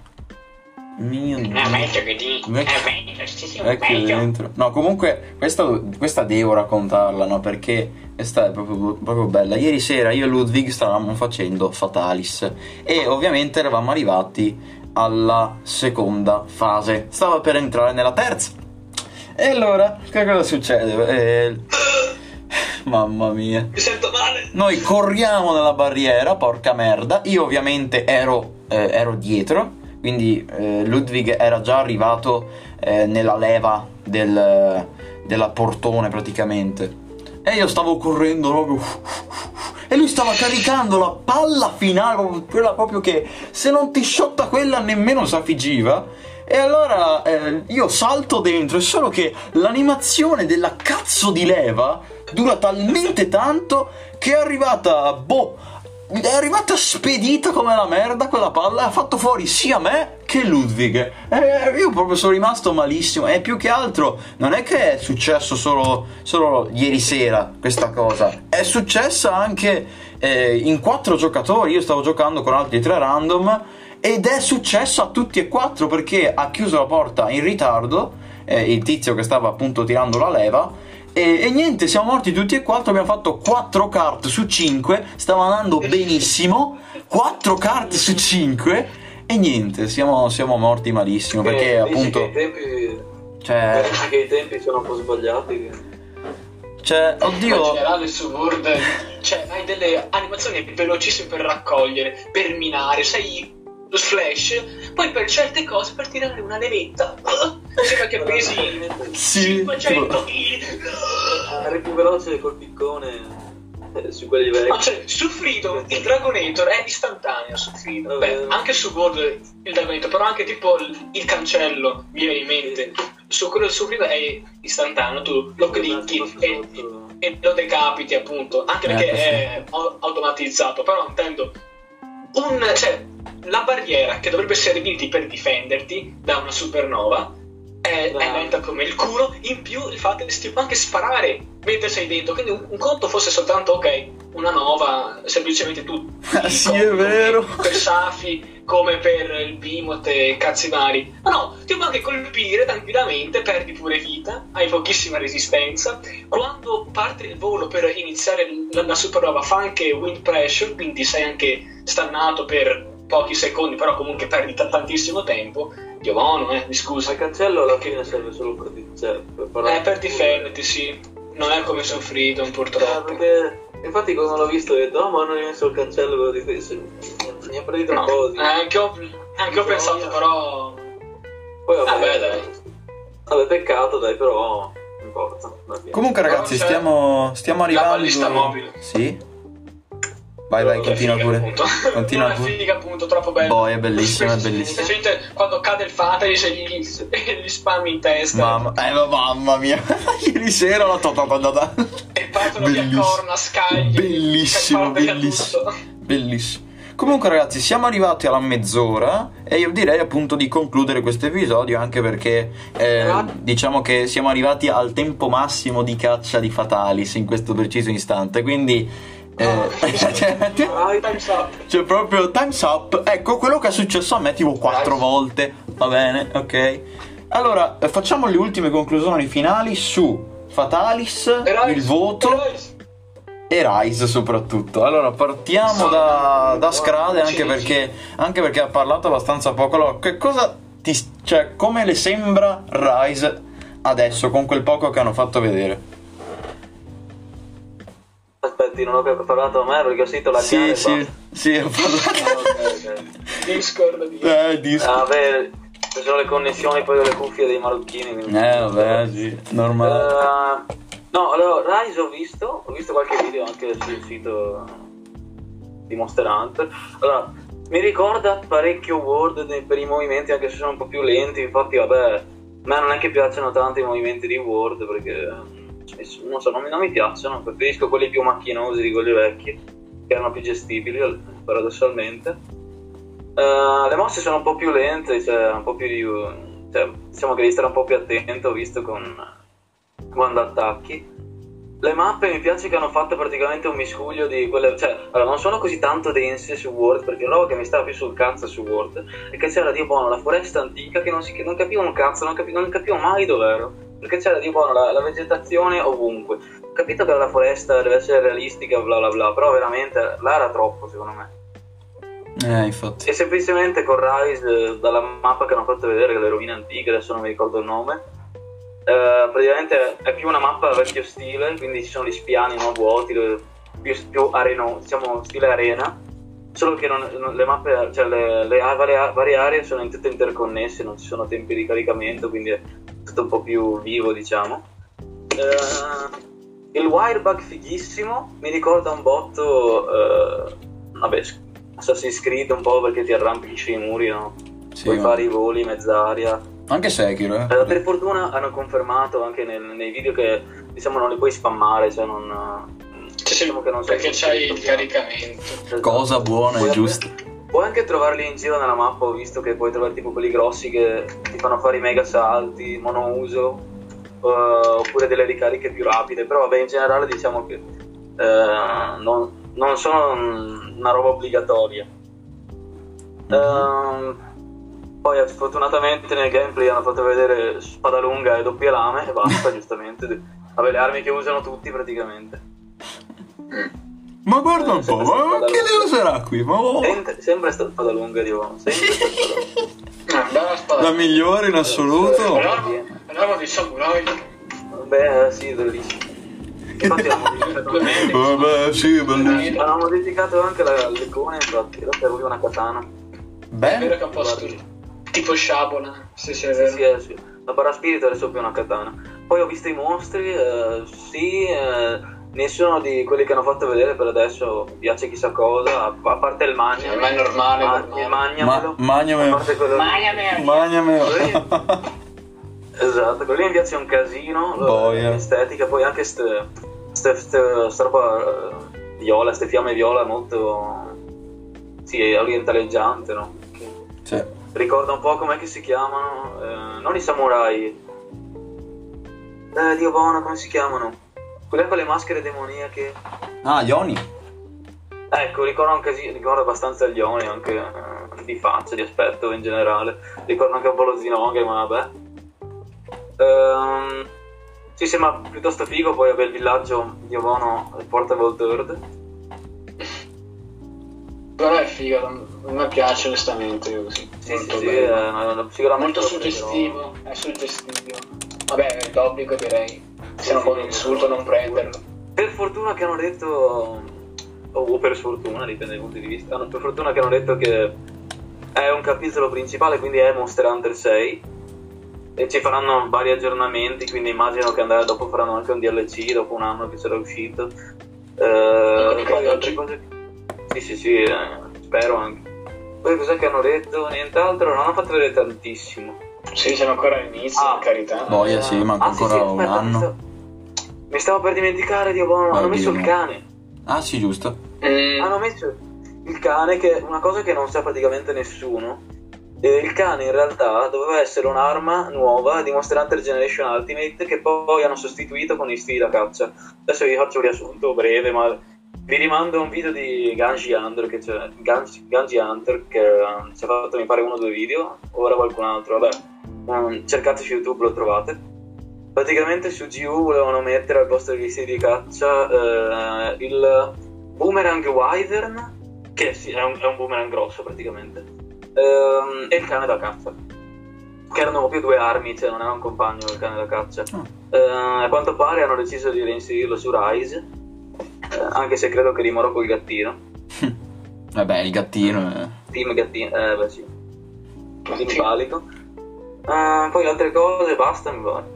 S1: Mio Dio.
S2: È meglio che di...
S1: Vecchio-
S2: È meglio, sì, sì,
S1: vecchio
S2: meglio.
S1: dentro. No, comunque questa, questa devo raccontarla, no? Perché questa è proprio, proprio bella. Ieri sera io e Ludwig stavamo facendo Fatalis e ovviamente eravamo arrivati alla seconda fase. Stava per entrare nella terza. E allora, che cosa succede? Eh, mamma mia.
S2: Mi sento male.
S1: Noi corriamo nella barriera, porca merda. Io ovviamente ero, eh, ero dietro, quindi eh, Ludwig era già arrivato eh, nella leva del, della portone praticamente. E io stavo correndo proprio... E lui stava caricando la palla finale, proprio- quella proprio che se non ti sciotta quella nemmeno si affiggiva. E allora eh, io salto dentro, è solo che l'animazione della cazzo di leva dura talmente tanto che è arrivata, boh, è arrivata spedita come la merda quella palla, e ha fatto fuori sia me che Ludwig. E io proprio sono rimasto malissimo. E più che altro non è che è successo solo, solo ieri sera questa cosa, è successa anche eh, in quattro giocatori. Io stavo giocando con altri tre random ed è successo a tutti e quattro, perché ha chiuso la porta in ritardo eh, il tizio che stava appunto tirando la leva. E, e niente, siamo morti tutti e quattro, abbiamo fatto quattro kart su cinque, stava andando benissimo, quattro kart su cinque e niente, siamo, siamo morti malissimo, perché
S3: Eh, dici
S1: appunto,
S3: che i tempi,
S1: cioè,
S3: dici che i tempi sono un po' sbagliati.
S1: cioè,
S2: Ma in
S1: oddio,
S2: generale su World, cioè hai delle animazioni velocissime per raccogliere, per minare, sei lo splash, poi per certe cose per tirare una levetta, sembra che pesi
S1: sì,
S2: cinquecento
S1: tipo-
S2: kg.
S3: Eri più veloce col piccone eh, su quelli vecchi.
S2: No, cioè, su Freedom il Dragonator è istantaneo su Freedom. Beh,
S3: Eh.
S2: anche su World il Dragonator, però anche tipo il, il cancello mi viene in mente. Su quello su Freedom è istantaneo, tu lo clicchi e, e lo decapiti appunto, anche perché
S1: Eh, sì.
S2: è au- automatizzato, però intendo un, cioè, la barriera che dovrebbe servirti per difenderti da una supernova è, è lenta come il culo. In più il fatto che si può anche sparare mentre sei dentro, quindi un, un conto fosse soltanto ok una nova, semplicemente tu
S1: Ah, sì, è vero.
S2: per Safi come per il Behemoth e cazzi vari. Ma no, ti può anche colpire tranquillamente, perdi pure vita, hai pochissima resistenza. Quando parte il volo per iniziare la, la supernova fa anche wind pressure, quindi sei anche stannato per pochi secondi, però comunque perdi t- tantissimo tempo. Dio buono, eh, mi
S3: Ma
S2: scusa.
S3: il cancello alla fine serve solo per, di- cioè, per parlare.
S2: È per difenderti, sì. Non è come su Freedom,
S3: Eh,
S2: purtroppo.
S3: perché infatti quando l'ho visto ho detto oh, ma non hai messo il cancello per difesa. Mi ha preso un
S2: No,
S3: po' di...
S2: eh, anche ho, anche ho pensato, però...
S3: Poi vabbè,
S2: Vabbè, dai.
S3: vabbè, peccato dai, però non importa. va bene.
S1: Comunque ragazzi,
S2: C'è
S1: stiamo, stiamo
S2: la
S1: arrivando...
S2: ballista mobile.
S1: Sì? Vai, vai, continua
S2: figa,
S1: pure.
S2: Appunto.
S1: Continua
S2: non è
S1: pure.
S2: figa, appunto, troppo bella.
S1: Boh, è bellissima, è bellissima.
S2: Specialmente quando cade il Fatalis e gli, gli spammi in testa.
S1: Mamma, eh, ma mamma mia. Ieri sera l'ho totata.
S2: E partono via corna, scaglie.
S1: Bellissimo, bellissimo. Bellissimo. Comunque ragazzi, siamo arrivati alla mezz'ora e io direi appunto di concludere questo episodio, anche perché eh, diciamo che siamo arrivati al tempo massimo di caccia di Fatalis in questo preciso istante, quindi eh,
S2: Oh,
S1: cioè,
S2: time's up.
S1: cioè proprio time's up. Ecco quello che è successo a me tipo quattro volte, va bene, ok. Allora eh, facciamo le ultime conclusioni finali su Fatalis,
S2: Rise,
S1: il voto
S2: Rise.
S1: e Rise soprattutto. Allora partiamo da, da Scrade, anche
S2: Sì,
S1: perché, anche perché ha parlato abbastanza poco. Allora, che cosa ti, cioè, come le sembra Rise adesso con quel poco che hanno fatto vedere?
S3: Aspetti, non ho parlato a me perché ho sentito la
S1: Sì,
S3: chiave e
S1: sì,
S3: basta.
S1: sì, ho parlato.
S3: Ok, ok.
S2: Discord di...
S1: Eh, disco.
S3: Ah, beh, ci sono le connessioni poi delle cuffie dei marocchini. quindi-
S1: Eh, vabbè, sì, normale.
S3: Eh, no, allora, Rise ho visto, ho visto qualche video anche sul sito di Monster Hunter. Allora, mi ricorda parecchio World nei- per i movimenti, anche se sono un po' più lenti. Infatti, vabbè, a me non è che piacciono tanto i movimenti di World perché non so, non mi, non mi piacciono. Preferisco quelli più macchinosi di quelli vecchi, che erano più gestibili paradossalmente. Eh, le mosse sono un po' più lente, cioè un po' più di, cioè, diciamo che devi stare un po' più attento visto con quando attacchi. Le mappe mi piace che hanno fatto praticamente un miscuglio di quelle, cioè, allora non sono così tanto dense su World, perché la roba che mi stava più sul cazzo su World è che c'era di buono la foresta antica che non, si, che non capivo un cazzo, non capivo, non capivo mai dov'ero, perché c'era di buono la, la vegetazione ovunque. Ho capito che la foresta deve essere realistica, bla bla bla, però veramente là era troppo secondo me.
S1: Eh, infatti.
S3: E semplicemente con Rise, dalla mappa che hanno fatto vedere, che le rovine antiche, adesso non mi ricordo il nome, eh, praticamente è più una mappa vecchio stile, quindi ci sono gli spiani, no, vuoti, dove- più, più areno, diciamo stile arena, solo che non, non- le mappe, cioè le, le a- varie, varie aree sono tutte interconnesse, non ci sono tempi di caricamento, quindi è tutto un po' più vivo, diciamo. Eh, il wirebug fighissimo, mi ricorda un botto, eh, vabbè, Assassin's Creed un po' perché ti arrampichi sui muri, no?
S1: Sì,
S3: Puoi
S1: ma-
S3: fare i voli, mezz'aria.
S1: Anche Sekiro, eh.
S3: Eh, per fortuna hanno confermato anche nel- nei video che diciamo non li puoi spammare, cioè non...
S2: Sì, sì,
S3: diciamo che non sei
S2: perché c'hai il
S3: costretto,
S2: caricamento.
S3: Esatto.
S1: Cosa buona
S3: Puoi
S1: e
S3: anche-
S1: giusta.
S3: Puoi anche trovarli in giro nella mappa, ho visto che puoi trovare tipo quelli grossi che ti fanno fare i mega salti, monouso, eh, oppure delle ricariche più rapide, però vabbè in generale diciamo che eh, non, non sono mm, una roba obbligatoria. Ehm, poi fortunatamente nel gameplay hanno fatto vedere spada lunga e doppie lame e basta, giustamente. Vabbè, le armi che usano tutti praticamente.
S1: Ma guarda un
S3: Eh,
S1: po',
S3: sempre
S1: ma
S3: spada
S1: che le
S3: lunga.
S1: userà qui? Ma
S3: Sempre, sempre sta spada lunga di uomo, sempre sta spada lunga.
S2: Ah, bella spada.
S1: la migliore in assoluto.
S2: L'arma l'arma di samurai.
S3: Beh, sì, bellissimo. Infatti l'hanno modificato anche,
S1: Vabbè, sì, bellissimo.
S3: hanno modificato anche la, l'icona, infatti, era per lui una katana.
S2: È vero
S1: Beh,
S2: che è un po' stu- tipo sciabola. Sì, sì, è
S3: Sì,
S2: vero.
S3: sì, eh, sì. La paraspirito adesso è più una katana. Poi ho visto i mostri, eh, sì, eh, nessuno di quelli che hanno fatto vedere per adesso mi piace chissà cosa, a, a parte il magna.
S2: Ma è normale,
S3: Ma-
S2: normale.
S3: Magnamelo.
S1: Ma- magnamelo.
S3: A parte quello lì.
S2: Magnamelo.
S1: magnamelo.
S3: Esatto, quello lì mi piace un casino,
S1: Boia.
S3: l'estetica, poi anche ste, ste, ste, sta roba eh, viola, ste fiamme viola molto, sì, orientaleggiante, no?
S1: Sì.
S3: Ricorda un po' com'è che si chiamano, eh, non i samurai, eh, Dio buono, come si chiamano? Quelle con le maschere demoniache.
S1: Ah, Yoni.
S3: Ecco, ricorda un casino, ricorda abbastanza gli Oni, anche eh, di faccia, di aspetto in generale. Ricorda anche un po' lo Zinogre, ma vabbè. Ehm, sì, sembra piuttosto figo, poi vabbè il villaggio di Obono Portable Third.
S2: Però è figo, a me piace onestamente così.
S3: Sì,
S2: Molto
S3: sì, sì,
S2: bello.
S3: eh, sicuramente
S2: Molto
S3: lo
S2: suggestivo, è suggestivo. Vabbè, è d'obbligo direi. Se non vuoi un insulto non prenderlo.
S3: prenderò. Per fortuna che hanno detto, o per sfortuna, dipende dai punti di vista, hanno- per fortuna che hanno detto che è un capitolo principale, quindi è Monster Hunter sei, e ci faranno vari aggiornamenti, quindi immagino che andrà, dopo faranno anche un D L C dopo un anno che sarà uscito. Eh,
S2: Come
S3: poi altre
S2: oggi.
S3: cose, Sì, sì, sì, eh, spero anche. Poi cos'è che hanno detto? Nient'altro, non hanno fatto vedere tantissimo.
S2: Sì, siamo ancora all'inizio,
S3: Ah.
S2: per carità.
S1: Boia, sì, manca
S3: Ah, sì,
S1: ancora
S3: sì,
S1: un
S3: aspetta,
S1: anno.
S3: Mi stavo, mi stavo per dimenticare, Dio buono, hanno
S1: Oddio,
S3: messo
S1: no.
S3: il cane.
S1: Ah, sì, giusto.
S2: Mm,
S3: Hanno messo il cane, che è una cosa che non sa praticamente nessuno. E il cane in realtà doveva essere un'arma nuova di Monster Hunter Generation Ultimate che poi hanno sostituito con i stili da caccia. Adesso vi faccio un riassunto breve, ma vi rimando a un video di Ganji Hunter che c'è Ganji, Ganji Hunter che um, ci ha fatto mi pare uno o due video, ora qualcun altro, vabbè, um, cercate su YouTube, lo trovate. Praticamente su G U volevano mettere al posto degli stili di caccia eh, il Boomerang Wyvern, che sì, è un, è un boomerang grosso praticamente, ehm, e il cane da caccia, che erano proprio due armi, cioè non era un compagno il cane da caccia.
S1: Oh.
S3: Eh, a quanto pare hanno deciso di reinserirlo su Rise, eh, anche se credo che rimarrò col gattino.
S1: Vabbè, il gattino è...
S3: Team gattino, eh beh sì, team valido. Eh, poi altre cose, basta mi pare.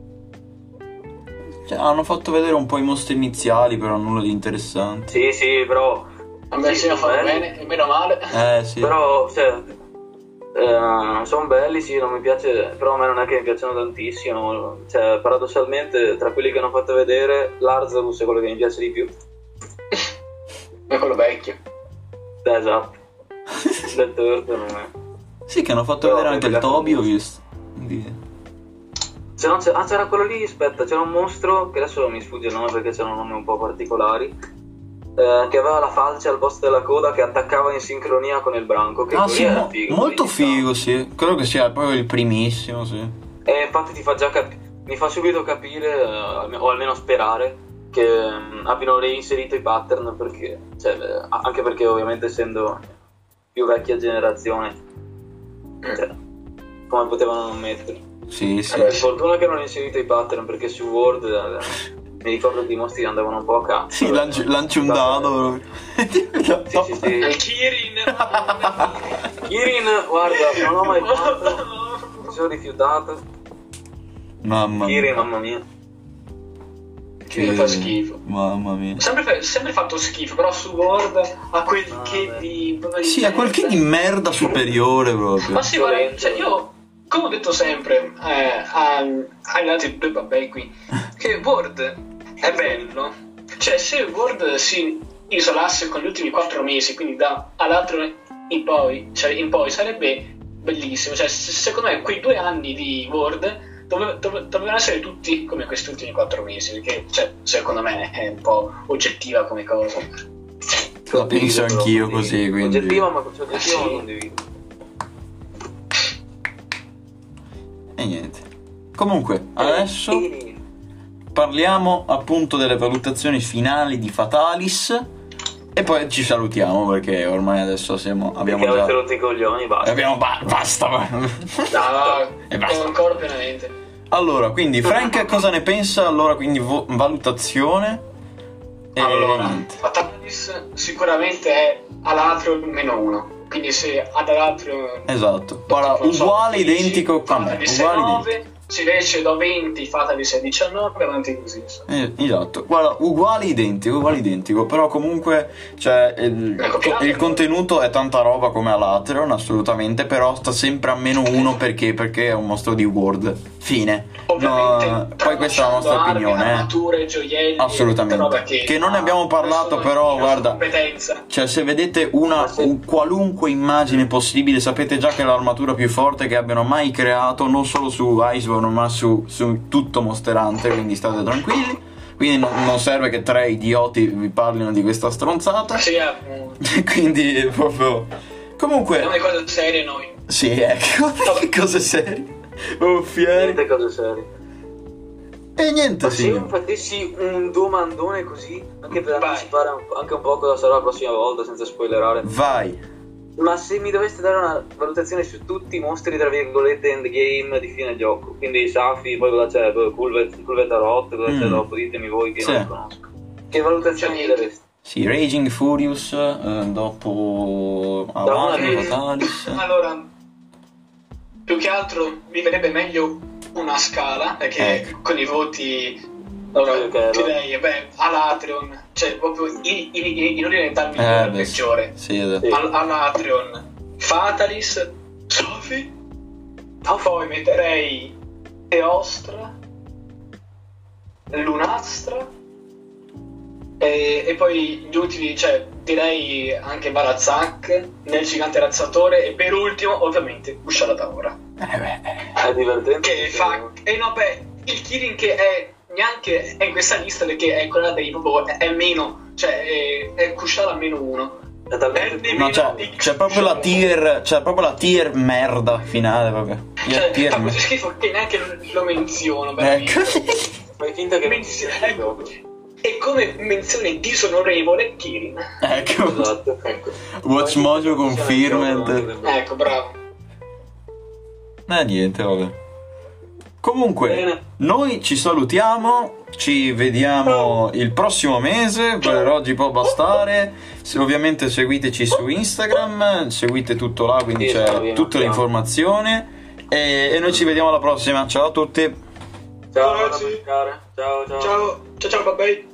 S1: Cioè, hanno fatto vedere un po' i mostri iniziali, però nulla di interessante.
S3: Sì, sì, però...
S2: Vabbè,
S3: sì,
S2: sì, lo
S3: sono
S2: fanno
S3: belli.
S2: bene, e meno male.
S1: Eh, sì.
S3: Però, cioè, eh, sono belli, sì, non mi piace, però a me non è che mi piacciono tantissimo. Cioè, paradossalmente, tra quelli che hanno fatto vedere, Lazarus è quello che mi piace di più.
S2: È quello vecchio.
S3: Eh, esatto. Del torto non è.
S1: Sì, che hanno fatto
S3: Però,
S1: vedere anche il
S3: vabbè,
S1: Toby, ho
S3: vabbè.
S1: visto. Quindi...
S3: Se no, c'è- ah, c'era quello lì, aspetta, c'era un mostro, che adesso mi sfugge il nome perché c'erano nomi un po' particolari, eh, che aveva la falce al posto della coda che attaccava in sincronia con il branco. Che
S1: Ah,
S3: quello
S1: sì,
S3: era
S1: mo-
S3: figo,
S1: molto
S3: quello lì,
S1: figo, sì. Credo che sia proprio il primissimo, sì.
S3: E infatti ti fa già cap- mi fa subito capire, eh, alme- o almeno sperare, che mm, abbiano reinserito i pattern, perché, cioè, eh, anche perché ovviamente essendo più vecchia generazione, cioè, come potevano non metterli?
S1: Sì, sì.
S3: Per fortuna che non hanno inserito i pattern, perché su Word eh, mi ricordo che i mostri andavano un po' a cazzo.
S1: Sì, lanci, lanci un dado.
S3: Sì, sì, sì.
S2: Il Kirin.
S3: Kirin, guarda, non l'ho mai fatto, mi sono rifiutato.
S1: Mamma mia.
S3: Kirin, mamma mia.
S2: Kirin fa schifo.
S1: Mamma mia.
S2: Sempre, fa- sempre fatto schifo, però su Word ha quel
S3: Ah,
S2: che
S3: beh.
S2: di...
S1: Sì, è quel che di merda superiore proprio.
S2: Ma sì, guarda,
S3: Violento.
S2: cioè io, come ho detto sempre eh, a- agli altri due babbai qui, che Word è bello. Cioè, se Word si isolasse con gli ultimi quattro mesi, quindi da all'altro in poi, cioè in poi sarebbe bellissimo. Cioè, se- secondo me quei due anni di Word dove- dove- dovevano essere tutti come questi ultimi quattro mesi, perché cioè, secondo me è un po' oggettiva come cosa.
S1: La penso anch'io così, quindi...
S3: Oggettiva, ma oggettiva
S2: Sì.
S3: non condivido.
S1: E niente. Comunque, adesso
S3: Kirin.
S1: parliamo appunto delle valutazioni finali di Fatalis e poi ci salutiamo perché ormai adesso siamo... abbiamo
S3: Perché avete
S1: già...
S3: rotto i coglioni, basta.
S1: Abbiamo... ba- basta!
S2: No,
S1: E basta.
S2: ancora pienamente.
S1: Allora, quindi Frank cosa ne pensa? Allora, quindi vo- valutazione e
S2: Allora,
S1: niente.
S2: Fatalis sicuramente è Alatrio meno uno. Quindi se ad Alatrio
S1: Esatto. Guarda,
S2: non so,
S1: uguale,
S2: dieci,
S1: identico a me,
S2: Fatalis è
S1: uguale, identico.
S2: nove, se invece do venti, Fatalis è diciannove, avanti così.
S1: Eh, esatto, guarda, uguale identico, uguale identico, però comunque cioè, il,
S2: Ecco, piano.
S1: il contenuto è tanta roba come Alatreon, assolutamente, però sta sempre a meno uno perché, perché è un mostro di World. Fine.
S2: Ovviamente,
S1: No, poi questa è la nostra
S2: armi,
S1: opinione, eh.
S2: armature, gioielli,
S1: Assolutamente.
S2: tutta roba che,
S1: Che non ne abbiamo parlato,
S2: nessuno
S1: però,
S2: di nostra
S1: guarda.
S2: competenza.
S1: Cioè, se vedete una un qualunque immagine possibile, sapete già che è l'armatura più forte che abbiano mai creato, non solo su Iceborne, ma su, su tutto Monster Hunter, quindi state tranquilli. Quindi non, non serve che tre idioti vi parlino di questa stronzata.
S2: Sì, eh,
S1: Quindi è proprio. Comunque.
S2: siamo le cose serie noi.
S1: Sì, ecco. Che cose serie. Oh, fieri.
S3: Niente cose serie.
S1: E niente,
S3: Ma se
S1: sì.
S3: io facessi un domandone così, anche per
S2: Vai.
S3: anticipare un- anche un po' cosa sarà la prossima volta, senza spoilerare.
S1: Vai.
S3: Ma se mi doveste dare una valutazione su tutti i mostri, tra virgolette, endgame di fine gioco, quindi Safi, poi cosa c'è, Culvet, Culvetarot, cosa c'è
S1: Mm.
S3: dopo, ditemi voi che
S1: Sì.
S3: non li conosco. Che valutazione mi dareste?
S1: Sì, Raging Furious, eh, dopo
S3: Da una
S1: Alatreon,
S3: vita.
S1: Fatalis.
S2: Allora, più che altro mi verrebbe meglio una scala, perché
S1: Ecco.
S2: con i voti Allora,
S3: Sì, ok,
S2: direi, beh, Alatreon, cioè proprio in, in, in, in ordine dal migliore
S1: Eh,
S2: al
S1: beh,
S2: peggiore.
S1: sì, ed-
S3: Sì.
S2: Al- Alatreon, Fatalis, Sophie, poi metterei Teostra, Lunastra e, e poi gli ultimi, cioè direi anche Barazak nel gigante razzatore e per ultimo ovviamente Ushara Taura
S1: eh, beh.
S3: È divertente.
S2: che fa e no beh il Kirin che è neanche è in questa lista perché è quella dei proprio è, è meno cioè è, è Kushara meno uno.
S3: È talmente
S2: Eh,
S1: No, c'è, c'è proprio la tier, c'è proprio la tier merda finale proprio. Io
S2: cioè
S1: tier
S2: fa
S1: mer-
S2: così schifo che neanche lo, lo menziono
S1: Ecco.
S2: veramente.
S3: fai finta che non
S2: Menzio-
S3: sia
S2: ecco. E come menzione disonorevole Kirin.
S1: Ecco.
S3: Esatto.
S2: Ecco.
S1: Watch Mojo confirmed.
S2: Ecco, bravo.
S1: Eh niente, vabbè. Comunque,
S3: Bene.
S1: noi ci salutiamo, ci vediamo il prossimo mese, per oggi può bastare. Se, ovviamente seguiteci su Instagram, seguite tutto là, quindi
S3: Sì,
S1: c'è
S3: sta bene,
S1: tutta
S3: ciao.
S1: l'informazione. E, e noi ci vediamo alla prossima. Ciao a tutti.
S3: Ciao,
S2: Ragazzi.
S3: ciao, ciao, ciao.
S2: Ciao, ciao ciao, bye bye.